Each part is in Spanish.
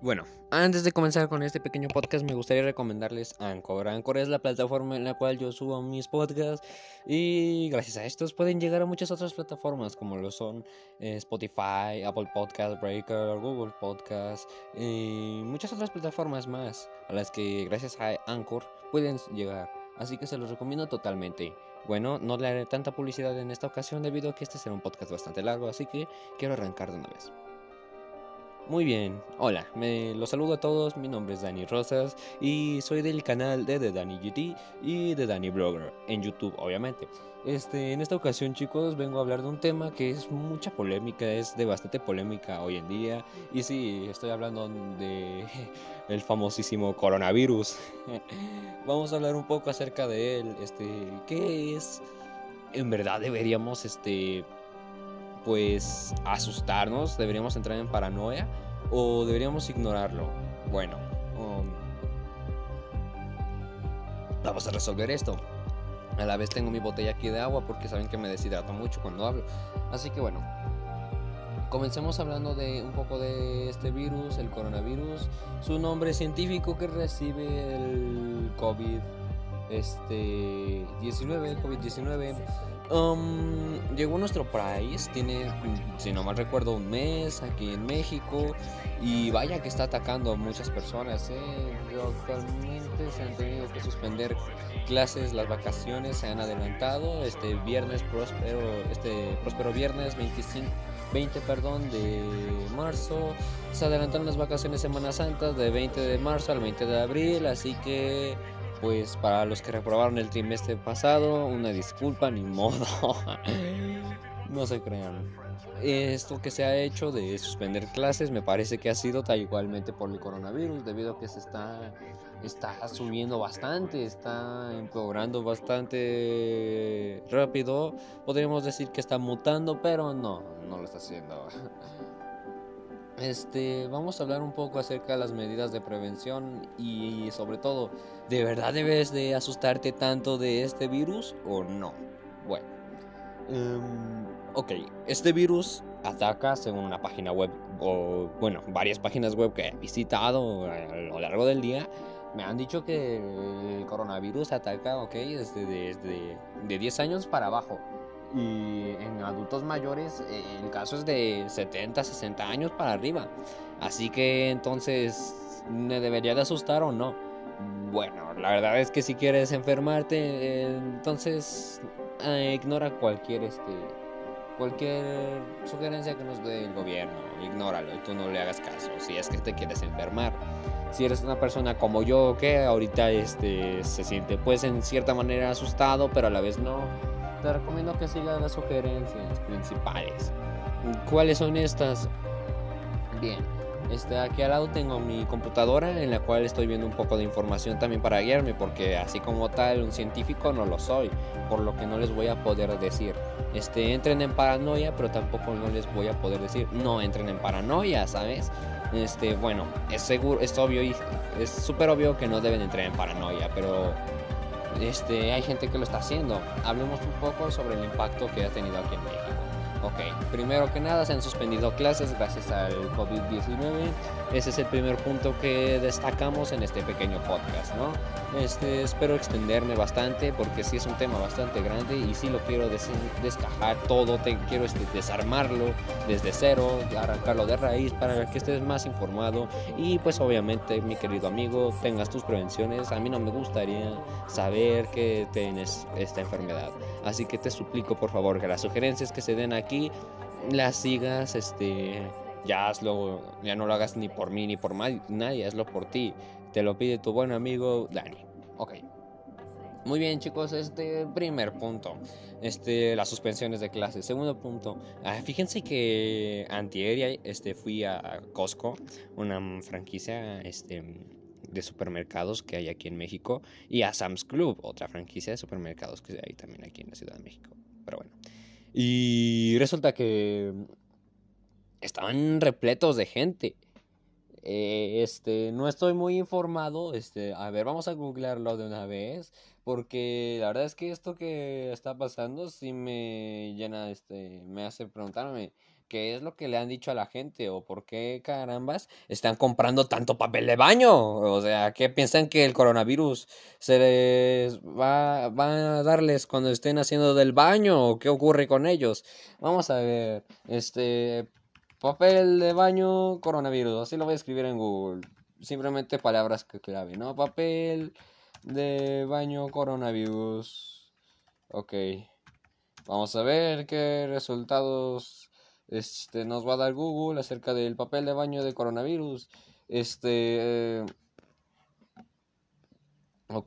Bueno, antes de comenzar con este pequeño podcast me gustaría recomendarles Anchor. Anchor es la plataforma en la cual yo subo mis podcasts y gracias a estos pueden llegar a muchas otras plataformas como lo son Spotify, Apple Podcast, Breaker, Google Podcast y muchas otras plataformas más a las que gracias a Anchor pueden llegar. Así que se los recomiendo totalmente. Bueno, no le haré tanta publicidad en esta ocasión debido a que este será un podcast bastante largo, así que quiero arrancar de una vez. Muy bien, hola, me los saludo a todos, mi nombre es Dani Rosas y soy del canal de The Danny GT y The Danny Blogger, en YouTube obviamente. En esta ocasión chicos vengo a hablar de un tema que es mucha polémica, es de bastante polémica hoy en día y sí, estoy hablando de el famosísimo coronavirus. Vamos a hablar un poco acerca de él, ¿qué es? En verdad deberíamos, pues asustarnos, deberíamos entrar en paranoia o deberíamos ignorarlo. Bueno, um, vamos a resolver esto. A la vez tengo mi botella aquí de agua porque saben que me deshidrato mucho cuando hablo. Así que bueno, comencemos hablando de un poco de este virus, el coronavirus, su nombre científico que recibe el COVID-19. Llegó a nuestro país, tiene, si no mal recuerdo, un mes aquí en México y vaya que está atacando a muchas personas. Actualmente se han tenido que suspender clases, las vacaciones se han adelantado. Próspero viernes 20 de marzo. Se adelantaron las vacaciones Semana Santa de 20 de marzo al 20 de abril, así que pues para los que reprobaron el trimestre pasado, una disculpa, ni modo. No se crean. Esto que se ha hecho de suspender clases me parece que ha sido tal igualmente por el coronavirus, debido a que está subiendo bastante, está empeorando bastante rápido. Podríamos decir que está mutando, pero no lo está haciendo. Vamos a hablar un poco acerca de las medidas de prevención y sobre todo, ¿de verdad debes de asustarte tanto de este virus o no? Bueno, ok, este virus ataca según una página web o bueno, varias páginas web que he visitado a lo largo del día. Me han dicho que el coronavirus ataca, ok, desde de 10 años para abajo. Y en adultos mayores el caso es de 70, 60 años para arriba. Así que entonces, ¿me debería de asustar o no? Bueno, la verdad es que si quieres enfermarte, entonces ignora cualquier sugerencia que nos dé el gobierno. Ignóralo y tú no le hagas caso si es que te quieres enfermar. Si eres una persona como yo que ahorita se siente pues en cierta manera asustado, pero a la vez no, te recomiendo que sigas las sugerencias principales. ¿Cuáles son estas? Bien, aquí al lado tengo mi computadora en la cual estoy viendo un poco de información también para guiarme, porque así como tal un científico no lo soy, por lo que no les voy a poder decir, entren en paranoia, pero tampoco no les voy a poder decir, no entren en paranoia, ¿sabes? Bueno, es seguro, es obvio y es súper obvio que no deben entrar en paranoia, pero hay gente que lo está haciendo. Hablemos un poco sobre el impacto que ha tenido aquí en México. Ok, primero que nada se han suspendido clases gracias al COVID-19. Ese es el primer punto que destacamos en este pequeño podcast, ¿no? Espero extenderme bastante porque sí es un tema bastante grande y sí lo quiero descajar todo, quiero desarmarlo desde cero, arrancarlo de raíz para que estés más informado y pues obviamente mi querido amigo tengas tus prevenciones. A mí no me gustaría saber que tienes esta enfermedad. Así que te suplico por favor que las sugerencias que se den aquí las sigas, ya hazlo, ya no lo hagas ni por mí ni por nadie, hazlo por ti. Te lo pide tu buen amigo Dani. Ok. Muy bien chicos, primer punto, las suspensiones de clases. Segundo punto, fíjense que antier fui a Costco, una franquicia de supermercados que hay aquí en México, y a Sam's Club, otra franquicia de supermercados que hay también aquí en la Ciudad de México. Pero bueno, y resulta que estaban repletos de gente. No estoy muy informado. A ver, vamos a googlearlo de una vez. Porque la verdad es que esto que está pasando sí me llena, me hace preguntarme qué es lo que le han dicho a la gente o por qué carambas están comprando tanto papel de baño. O sea, ¿qué piensan que el coronavirus se les va a darles cuando estén haciendo del baño? ¿O qué ocurre con ellos? Vamos a ver, papel de baño, coronavirus. Así lo voy a escribir en Google. Simplemente palabras que clave, ¿no? Papel de baño, coronavirus. Ok. Vamos a ver qué resultados nos va a dar Google acerca del papel de baño de coronavirus. Ok.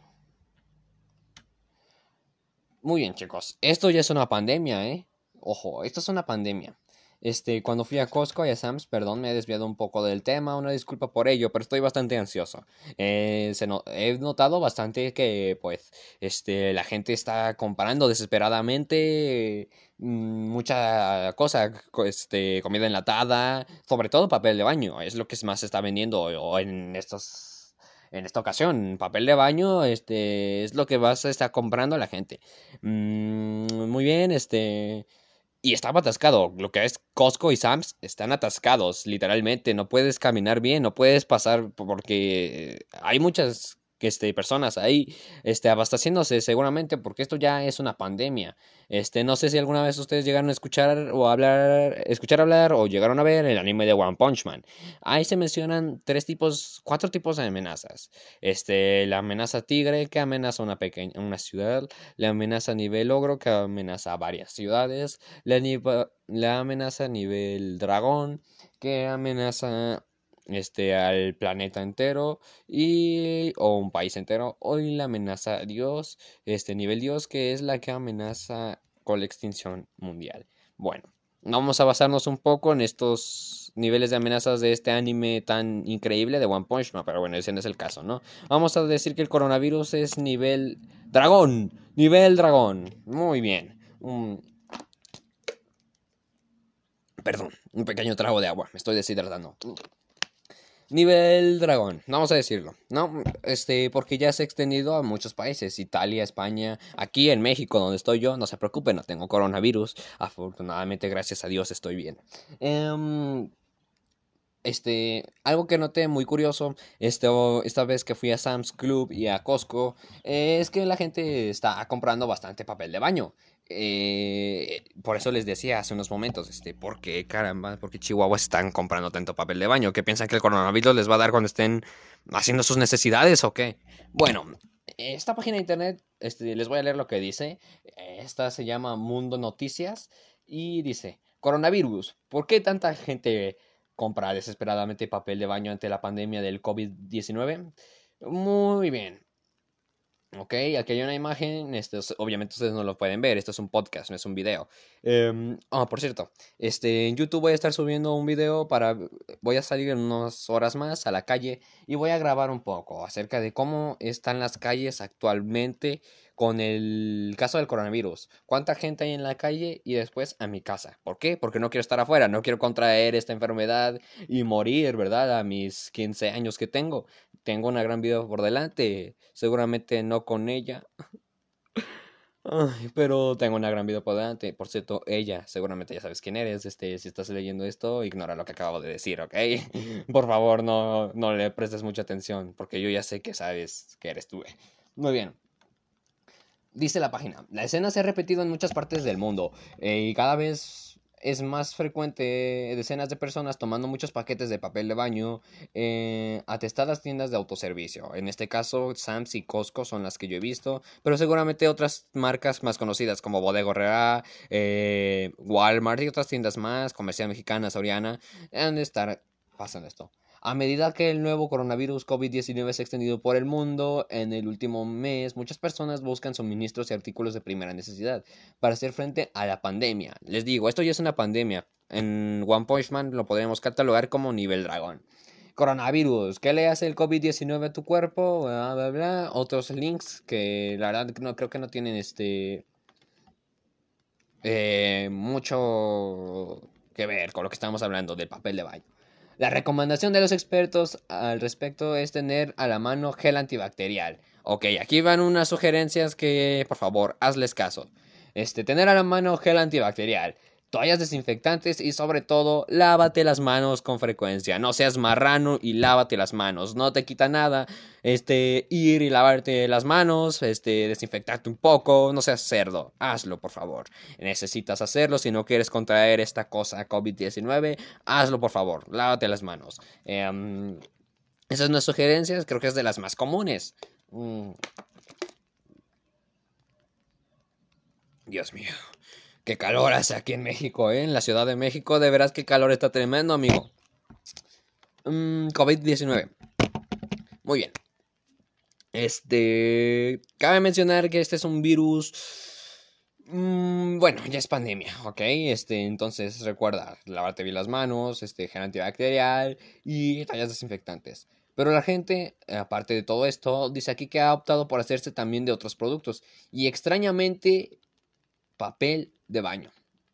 Muy bien, chicos. Esto ya es una pandemia, ¿eh? Ojo, esto es una pandemia. Cuando fui a Costco y a Sam's, perdón, me he desviado un poco del tema, una disculpa por ello, pero estoy bastante ansioso. He notado bastante que, pues, la gente está comprando desesperadamente mucha cosa, comida enlatada, sobre todo papel de baño, es lo que más se está vendiendo en esta ocasión, papel de baño, es lo que vas a estar comprando a la gente. Muy bien, y estaba atascado. Lo que es Costco y Sam's están atascados, literalmente. No puedes caminar bien, no puedes pasar porque hay muchas personas ahí abasteciéndose seguramente porque esto ya es una pandemia. No sé si alguna vez ustedes llegaron a escuchar hablar o llegaron a ver el anime de One Punch Man. Ahí se mencionan cuatro tipos de amenazas. La amenaza tigre que amenaza una ciudad, la amenaza nivel ogro que amenaza a varias ciudades, la amenaza a nivel dragón, que amenaza al planeta entero o un país entero, o la amenaza Dios, nivel Dios, que es la que amenaza con la extinción mundial. Bueno, vamos a basarnos un poco en estos niveles de amenazas de este anime tan increíble de One Punch Man, pero bueno, ese no es el caso, ¿no? Vamos a decir que el coronavirus es nivel dragón, nivel dragón. Muy bien. Perdón, un pequeño trago de agua, me estoy deshidratando. Nivel dragón, vamos a decirlo, ¿no? Porque ya se ha extendido a muchos países, Italia, España, aquí en México, donde estoy yo, no se preocupen, no tengo coronavirus, afortunadamente, gracias a Dios, estoy bien. Algo que noté muy curioso, esta vez que fui a Sam's Club y a Costco, es que la gente está comprando bastante papel de baño. Por eso les decía hace unos momentos, ¿por qué caramba? ¿Por qué Chihuahua están comprando tanto papel de baño? ¿Qué piensan que el coronavirus les va a dar cuando estén haciendo sus necesidades o qué? Bueno, esta página de internet, les voy a leer lo que dice. Esta se llama Mundo Noticias y dice, coronavirus, ¿por qué tanta gente compra desesperadamente papel de baño ante la pandemia del COVID-19? Muy bien. Ok, aquí hay una imagen, obviamente ustedes no lo pueden ver, esto es un podcast, no es un video. Por cierto, en YouTube voy a estar subiendo un video voy a salir en unas horas más a la calle y voy a grabar un poco acerca de cómo están las calles actualmente con el caso del coronavirus. ¿Cuánta gente hay en la calle? Y después a mi casa. ¿Por qué? Porque no quiero estar afuera, no quiero contraer esta enfermedad y morir, ¿verdad? A mis 15 años que tengo. Tengo una gran vida por delante, seguramente no con ella. Ay, pero tengo una gran vida por delante. Por cierto, ella, seguramente ya sabes quién eres. Si estás leyendo esto, ignora lo que acabo de decir, ¿ok? Por favor, no le prestes mucha atención, porque yo ya sé que sabes que eres tú. Muy bien. Dice la página, la escena se ha repetido en muchas partes del mundo y cada vez es más frecuente decenas de personas tomando muchos paquetes de papel de baño atestadas tiendas de autoservicio. En este caso, Sam's y Costco son las que yo he visto, pero seguramente otras marcas más conocidas como Bodega Aurrerá, Walmart y otras tiendas más, Comercial Mexicana, Soriana, han de estar pasando esto. A medida que el nuevo coronavirus COVID-19 se ha extendido por el mundo, en el último mes muchas personas buscan suministros y artículos de primera necesidad para hacer frente a la pandemia. Les digo, esto ya es una pandemia. En One Punch Man lo podríamos catalogar como nivel dragón. Coronavirus, ¿qué le hace el COVID-19 a tu cuerpo? Bla, bla, bla. Otros links que la verdad no creo que no tienen mucho que ver con lo que estamos hablando del papel de baño. La recomendación de los expertos al respecto es tener a la mano gel antibacterial. Ok, aquí van unas sugerencias que, por favor, hazles caso. Tener a la mano gel antibacterial. toallas desinfectantes y sobre todo lávate las manos con frecuencia. No seas marrano y lávate las manos. No te quita nada ir y lavarte las manos, desinfectarte un poco. No seas cerdo. Hazlo, por favor. Necesitas hacerlo si no quieres contraer esta cosa COVID-19. Hazlo, por favor. Lávate las manos. Esas son las sugerencias. Creo que es de las más comunes. Dios mío. Qué calor hace aquí en México, ¿eh? En la Ciudad de México, de veras qué calor está tremendo, amigo. COVID-19. Muy bien. Cabe mencionar que este es un virus. Bueno, ya es pandemia, ¿ok? Entonces recuerda, lavarte bien las manos, gel antibacterial y tallas desinfectantes. Pero la gente, aparte de todo esto, dice aquí que ha optado por hacerse también de otros productos. Y extrañamente, papel de baño.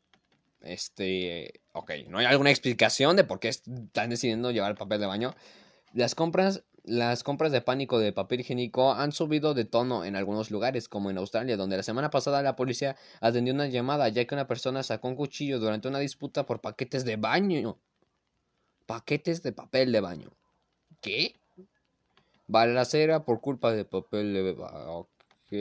Ok, no hay alguna explicación de por qué están decidiendo llevar papel de baño. Las compras de pánico de papel higiénico han subido de tono en algunos lugares, como en Australia, donde la semana pasada la policía atendió una llamada ya que una persona sacó un cuchillo durante una disputa por paquetes de baño. Paquetes de papel de baño. ¿Qué? Balacera por culpa de papel de baño. Ok.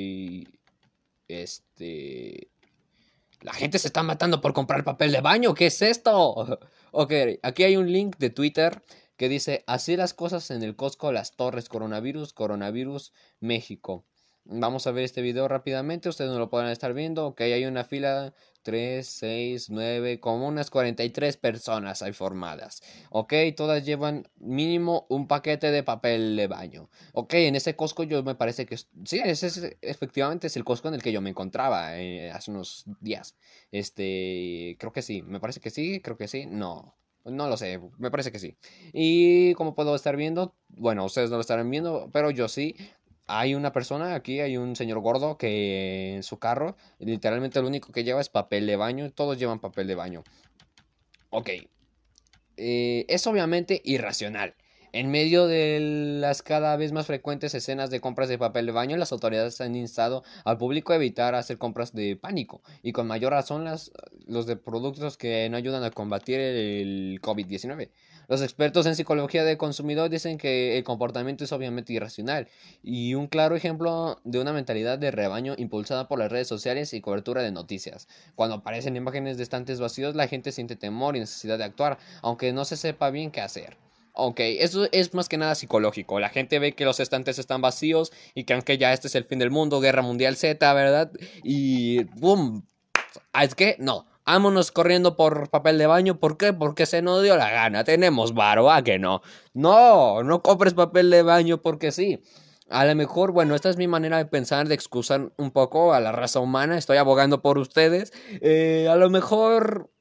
La gente se está matando por comprar papel de baño. ¿Qué es esto? Ok, aquí hay un link de Twitter que dice: así las cosas en el Costco Las Torres, coronavirus, México. Vamos a ver este video rápidamente. Ustedes no lo podrán estar viendo. Ok, hay una fila 3, 6, 9, como unas 43 personas hay formadas. Ok, todas llevan mínimo un paquete de papel de baño. Ok, en ese Costco yo me parece que... Sí, efectivamente es el Costco en el que yo me encontraba hace unos días. Creo que sí, me parece que sí, creo que sí, no lo sé, me parece que sí. Y como puedo estar viendo, bueno, ustedes no lo estarán viendo, pero yo sí. Hay una persona aquí, hay un señor gordo que en su carro, literalmente lo único que lleva es papel de baño. Todos llevan papel de baño. Ok, es obviamente irracional. En medio de las cada vez más frecuentes escenas de compras de papel de baño, las autoridades han instado al público a evitar hacer compras de pánico y con mayor razón los de productos que no ayudan a combatir el COVID-19. Los expertos en psicología de consumidor dicen que el comportamiento es obviamente irracional y un claro ejemplo de una mentalidad de rebaño impulsada por las redes sociales y cobertura de noticias. Cuando aparecen imágenes de estantes vacíos, la gente siente temor y necesidad de actuar, aunque no se sepa bien qué hacer. Ok, eso es más que nada psicológico. La gente ve que los estantes están vacíos y creen que ya este es el fin del mundo, Guerra Mundial Z, ¿verdad? Y ¡boom! Es que no, vámonos corriendo por papel de baño. ¿Por qué? Porque se nos dio la gana. Tenemos varo, ¿a que no? No compres papel de baño porque sí. A lo mejor, bueno, esta es mi manera de pensar, de excusar un poco a la raza humana. Estoy abogando por ustedes. A lo mejor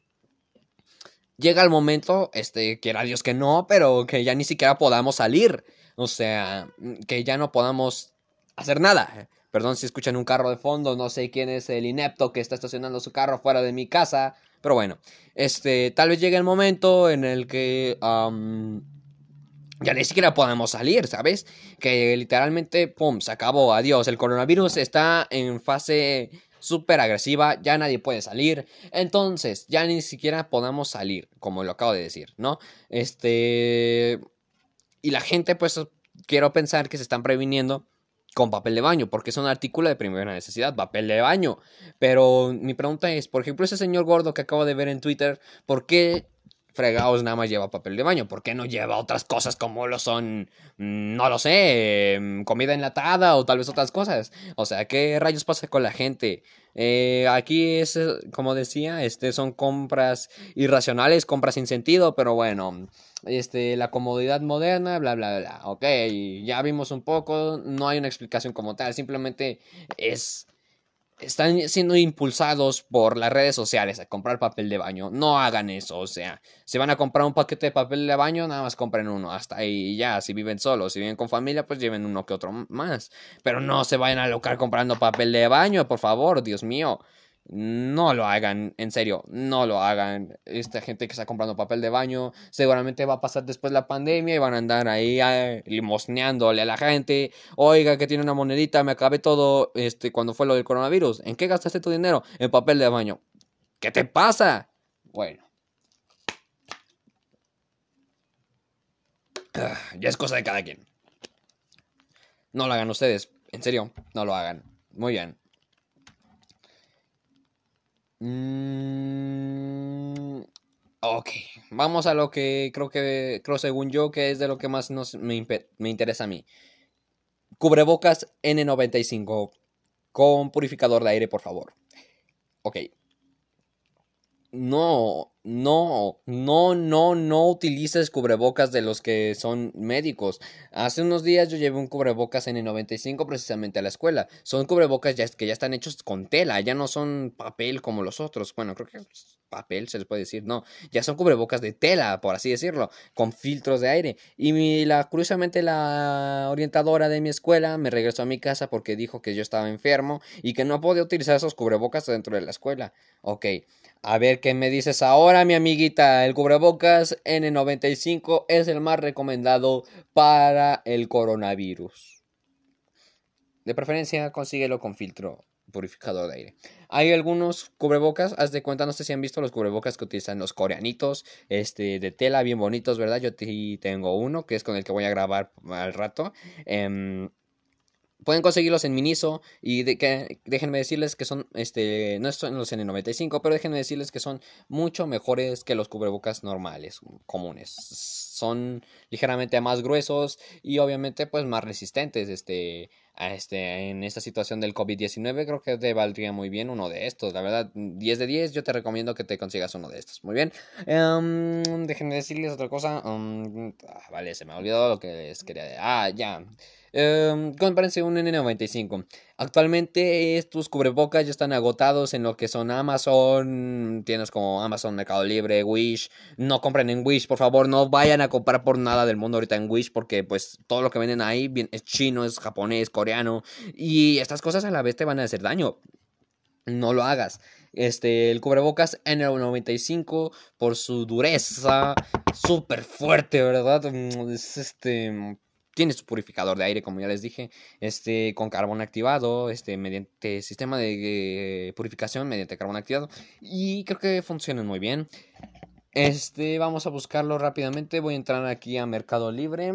llega el momento, quiera Dios que no, pero que ya ni siquiera podamos salir. O sea, que ya no podamos hacer nada. Perdón si escuchan un carro de fondo, no sé quién es el inepto que está estacionando su carro fuera de mi casa. Pero bueno, tal vez llegue el momento en el que ya ni siquiera podemos salir, ¿sabes? Que literalmente, pum, se acabó, adiós. El coronavirus está en fase súper agresiva, ya nadie puede salir. Entonces, ya ni siquiera podamos salir, como lo acabo de decir, ¿no? Y la gente, pues, quiero pensar que se están previniendo con papel de baño, porque es un artículo de primera necesidad, papel de baño. Pero mi pregunta es, por ejemplo, ese señor gordo que acabo de ver en Twitter, ¿por qué fregados nada más lleva papel de baño? ¿Por qué no lleva otras cosas como lo son, no lo sé, comida enlatada o tal vez otras cosas? O sea, ¿qué rayos pasa con la gente? Aquí es, como decía, son compras irracionales, compras sin sentido, pero bueno, la comodidad moderna, bla, bla, bla. Ok, ya vimos un poco, no hay una explicación como tal, simplemente están siendo impulsados por las redes sociales a comprar papel de baño. No hagan eso, o sea, si van a comprar un paquete de papel de baño, nada más compren uno, hasta ahí ya. Si viven solos, si viven con familia, pues lleven uno que otro más. Pero no se vayan a alocar comprando papel de baño, por favor, Dios mío. No lo hagan, en serio, no lo hagan. Esta gente que está comprando papel de baño seguramente va a pasar después la pandemia y van a andar ahí limosneándole a la gente. Oiga, que tiene una monedita, me acabé todo cuando fue lo del coronavirus. ¿En qué gastaste tu dinero? En papel de baño. ¿Qué te pasa? Bueno, ya es cosa de cada quien. No lo hagan ustedes, en serio, no lo hagan. Muy bien. Ok, vamos a lo que creo según yo que es de lo que más me interesa a mí. Cubrebocas N95 con purificador de aire, por favor. Ok, no utilices cubrebocas de los que son médicos. Hace unos días yo llevé un cubrebocas N95 precisamente a la escuela. Son cubrebocas que ya están hechos con tela, ya no son papel como los otros. Bueno, creo que es papel se les puede decir, no. Ya son cubrebocas de tela, por así decirlo, con filtros de aire. Y curiosamente la orientadora de mi escuela me regresó a mi casa porque dijo que yo estaba enfermo y que no podía utilizar esos cubrebocas dentro de la escuela. Ok. A ver qué me dices ahora, mi amiguita. El cubrebocas N95 es el más recomendado para el coronavirus. De preferencia, consíguelo con filtro purificador de aire. Hay algunos cubrebocas, haz de cuenta, no sé si han visto los cubrebocas que utilizan los coreanitos, de tela bien bonitos, ¿verdad? Yo tengo uno que es con el que voy a grabar al rato. Pueden conseguirlos en Miniso y déjenme decirles que son, no son los N95, pero déjenme decirles que son mucho mejores que los cubrebocas normales, comunes. Son ligeramente más gruesos y obviamente pues más resistentes, en esta situación del COVID-19 creo que te valdría muy bien uno de estos, la verdad, 10 de 10, yo te recomiendo que te consigas uno de estos, muy bien. Déjenme decirles otra cosa, vale, se me ha olvidado lo que les quería decir, ya. Cómprense un N95. Actualmente estos cubrebocas ya están agotados en lo que son Amazon, tiendas como Amazon, Mercado Libre, Wish. No compren en Wish, por favor, no vayan a comprar por nada del mundo ahorita en Wish porque pues todo lo que venden ahí es chino, es japonés, coreano y estas cosas a la vez te van a hacer daño. No lo hagas. El cubrebocas N95 por su dureza súper fuerte, ¿verdad? Tiene su purificador de aire, como ya les dije, con carbón activado, mediante sistema de purificación mediante carbón activado y creo que funcionan muy bien. Vamos a buscarlo rápidamente. Voy a entrar aquí a Mercado Libre.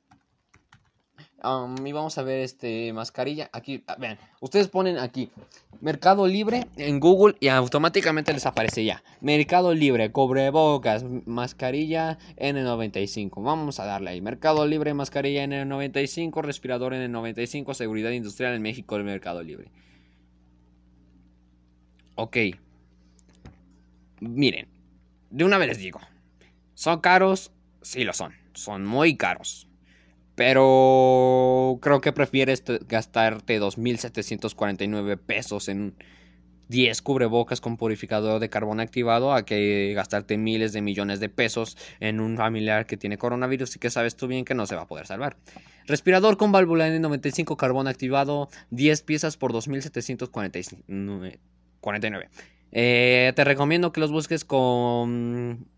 Y vamos a ver mascarilla. Aquí, vean, ustedes ponen aquí Mercado Libre en Google y automáticamente les aparece ya. Mercado Libre, cubrebocas, mascarilla N95. Vamos a darle ahí. Mercado Libre, mascarilla N95, respirador N95, seguridad industrial en México, el Mercado Libre. Ok. Miren, de una vez les digo. ¿Son caros? Sí lo son. Son muy caros. Pero creo que prefieres gastarte 2.749 pesos en 10 cubrebocas con purificador de carbón activado a que gastarte miles de millones de pesos en un familiar que tiene coronavirus y que sabes tú bien que no se va a poder salvar. Respirador con válvula N95 carbón activado, 10 piezas por 2.749. Te recomiendo que los busques con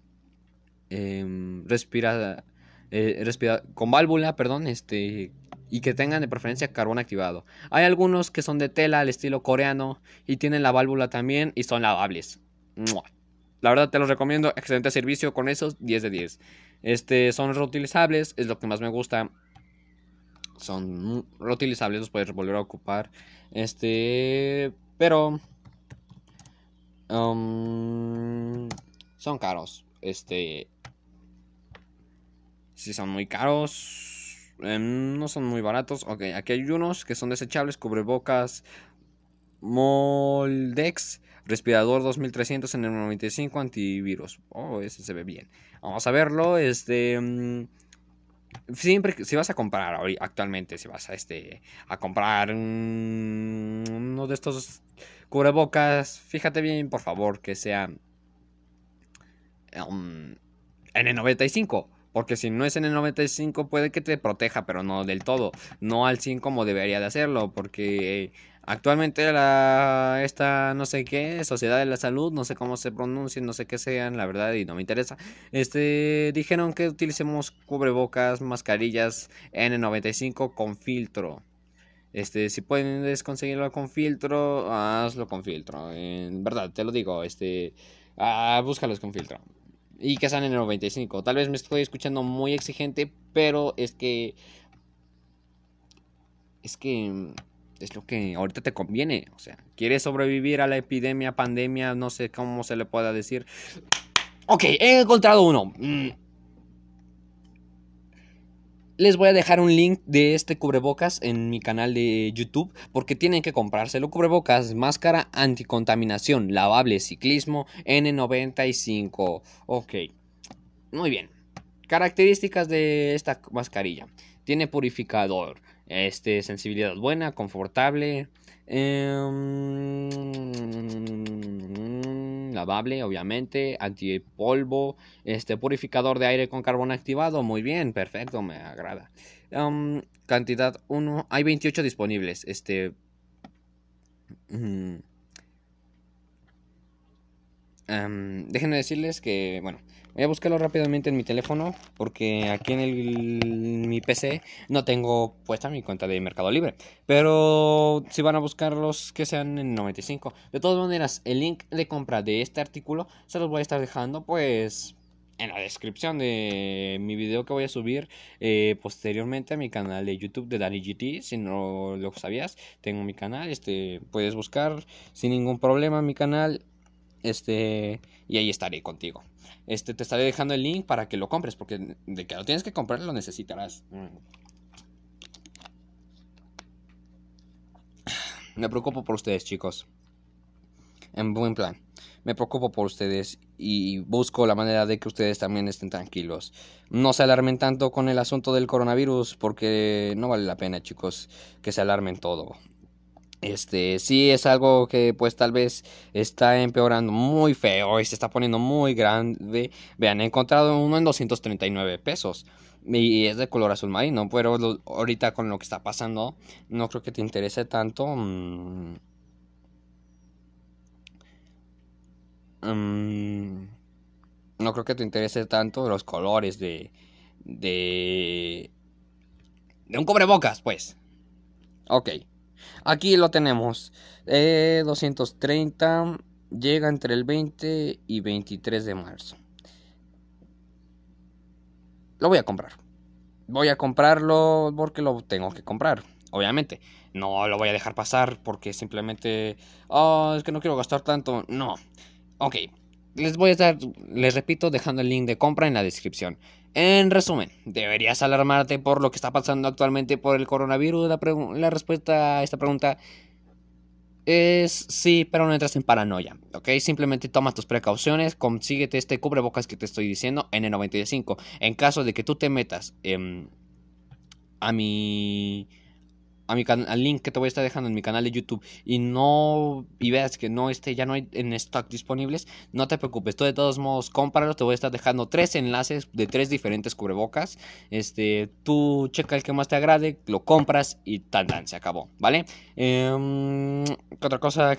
con válvula, perdón, y que tengan de preferencia carbón activado. Hay algunos que son de tela al estilo coreano y tienen la válvula también y son lavables. ¡Mua! La verdad te los recomiendo, excelente servicio con esos, 10 de 10. Son reutilizables, es lo que más me gusta. Son reutilizables, los puedes volver a ocupar. Pero son caros. Si son muy caros, no son muy baratos. Ok, aquí hay unos que son desechables, cubrebocas Moldex, respirador 2300 en el 95 antivirus. Oh, ese se ve bien. Vamos a verlo. Siempre que si vas a comprar actualmente, si vas a comprar uno de estos cubrebocas, fíjate bien, por favor, que sea N95. Porque si no es N95 puede que te proteja, pero no del todo. No al 100 como debería de hacerlo. Porque actualmente esta no sé qué, Sociedad de la Salud, no sé cómo se pronuncien, no sé qué sean, la verdad, y no me interesa. Dijeron que utilicemos cubrebocas, mascarillas N95 con filtro. Si puedes conseguirlo con filtro, hazlo con filtro. En verdad, te lo digo, búscalos con filtro. Y que salen en el 95. Tal vez me estoy escuchando muy exigente, pero es lo que ahorita te conviene. O sea, quieres sobrevivir a la epidemia, pandemia, no sé cómo se le pueda decir. Ok, he encontrado uno. Les voy a dejar un link de este cubrebocas en mi canal de YouTube porque tienen que comprárselo. Cubrebocas, máscara anticontaminación, lavable, ciclismo, N95. Ok, muy bien. Características de esta mascarilla. Tiene purificador, sensibilidad buena, confortable, lavable, obviamente, antipolvo, purificador de aire con carbón activado. Muy bien, perfecto, me agrada. Cantidad 1, hay 28 disponibles. Déjenme decirles que, bueno, voy a buscarlo rápidamente en mi teléfono porque aquí en mi PC no tengo puesta mi cuenta de Mercado Libre. Pero si van a buscarlos que sean en 95. De todas maneras, el link de compra de este artículo se los voy a estar dejando pues en la descripción de mi video que voy a subir posteriormente a mi canal de YouTube de Danny GT. Si no lo sabías, tengo mi canal, puedes buscar sin ningún problema mi canal. Y ahí estaré contigo. Te estaré dejando el link para que lo compres, porque de que lo tienes que comprar lo necesitarás. Me preocupo por ustedes, chicos. En buen plan. Me preocupo por ustedes y busco la manera de que ustedes también estén tranquilos. No se alarmen tanto con el asunto del coronavirus, porque no vale la pena, chicos, que se alarmen todo. Sí es algo que pues tal vez está empeorando muy feo y se está poniendo muy grande. Vean, he encontrado uno en 239 pesos y es de color azul marino, pero ahorita con lo que está pasando no creo que te interese tanto. No creo que te interese tanto los colores de, de un cubrebocas, pues. Ok. Aquí lo tenemos. 230. Llega entre el 20 y 23 de marzo. Lo voy a comprar. Voy a comprarlo porque lo tengo que comprar. Obviamente. No lo voy a dejar pasar porque simplemente... Oh, es que no quiero gastar tanto. No. Ok. Les repito, dejando el link de compra en la descripción. En resumen, ¿deberías alarmarte por lo que está pasando actualmente por el coronavirus? La respuesta a esta pregunta es sí, pero no entras en paranoia, ¿ok? Simplemente toma tus precauciones, consíguete este cubrebocas que te estoy diciendo, N95. En caso de que tú te metas a mi al link que te voy a estar dejando en mi canal de YouTube y veas que no ya no hay en stock disponibles, no te preocupes, tú de todos modos cómpralo, te voy a estar dejando 3 enlaces de 3 diferentes cubrebocas, tú checa el que más te agrade, lo compras y se acabó, ¿vale? ¿Qué otra cosa?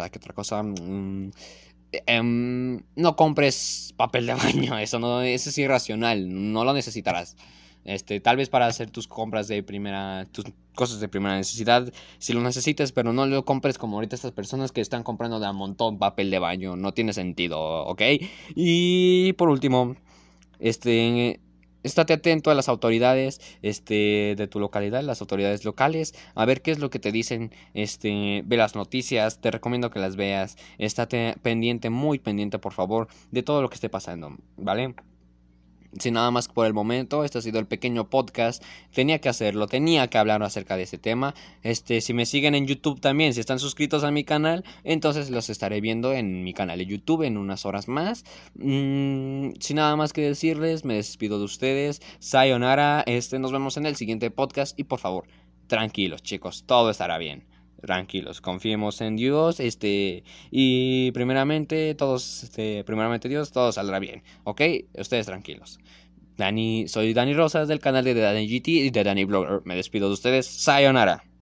No compres papel de baño, eso es irracional, no lo necesitarás. Tal vez para hacer tus compras tus cosas de primera necesidad, si lo necesites, pero no lo compres como ahorita estas personas que están comprando de a montón papel de baño, no tiene sentido, ¿ok? Y por último, estate atento a las autoridades, de tu localidad, las autoridades locales, a ver qué es lo que te dicen, ve las noticias, te recomiendo que las veas, estate pendiente, muy pendiente, por favor, de todo lo que esté pasando, ¿vale? Sin nada más por el momento, este ha sido el pequeño podcast. Tenía que hacerlo, tenía que hablar acerca de este tema. Si me siguen en YouTube también, si están suscritos a mi canal, entonces los estaré viendo en mi canal de YouTube en unas horas más. Sin nada más que decirles, me despido de ustedes. Sayonara, nos vemos en el siguiente podcast y por favor, tranquilos chicos, todo estará bien. Tranquilos, confiemos en Dios, y primeramente Dios, todo saldrá bien, ¿ok? Ustedes tranquilos. Soy Dani Rosas del canal de Dani GT y de Dani Blogger. Me despido de ustedes. Sayonara.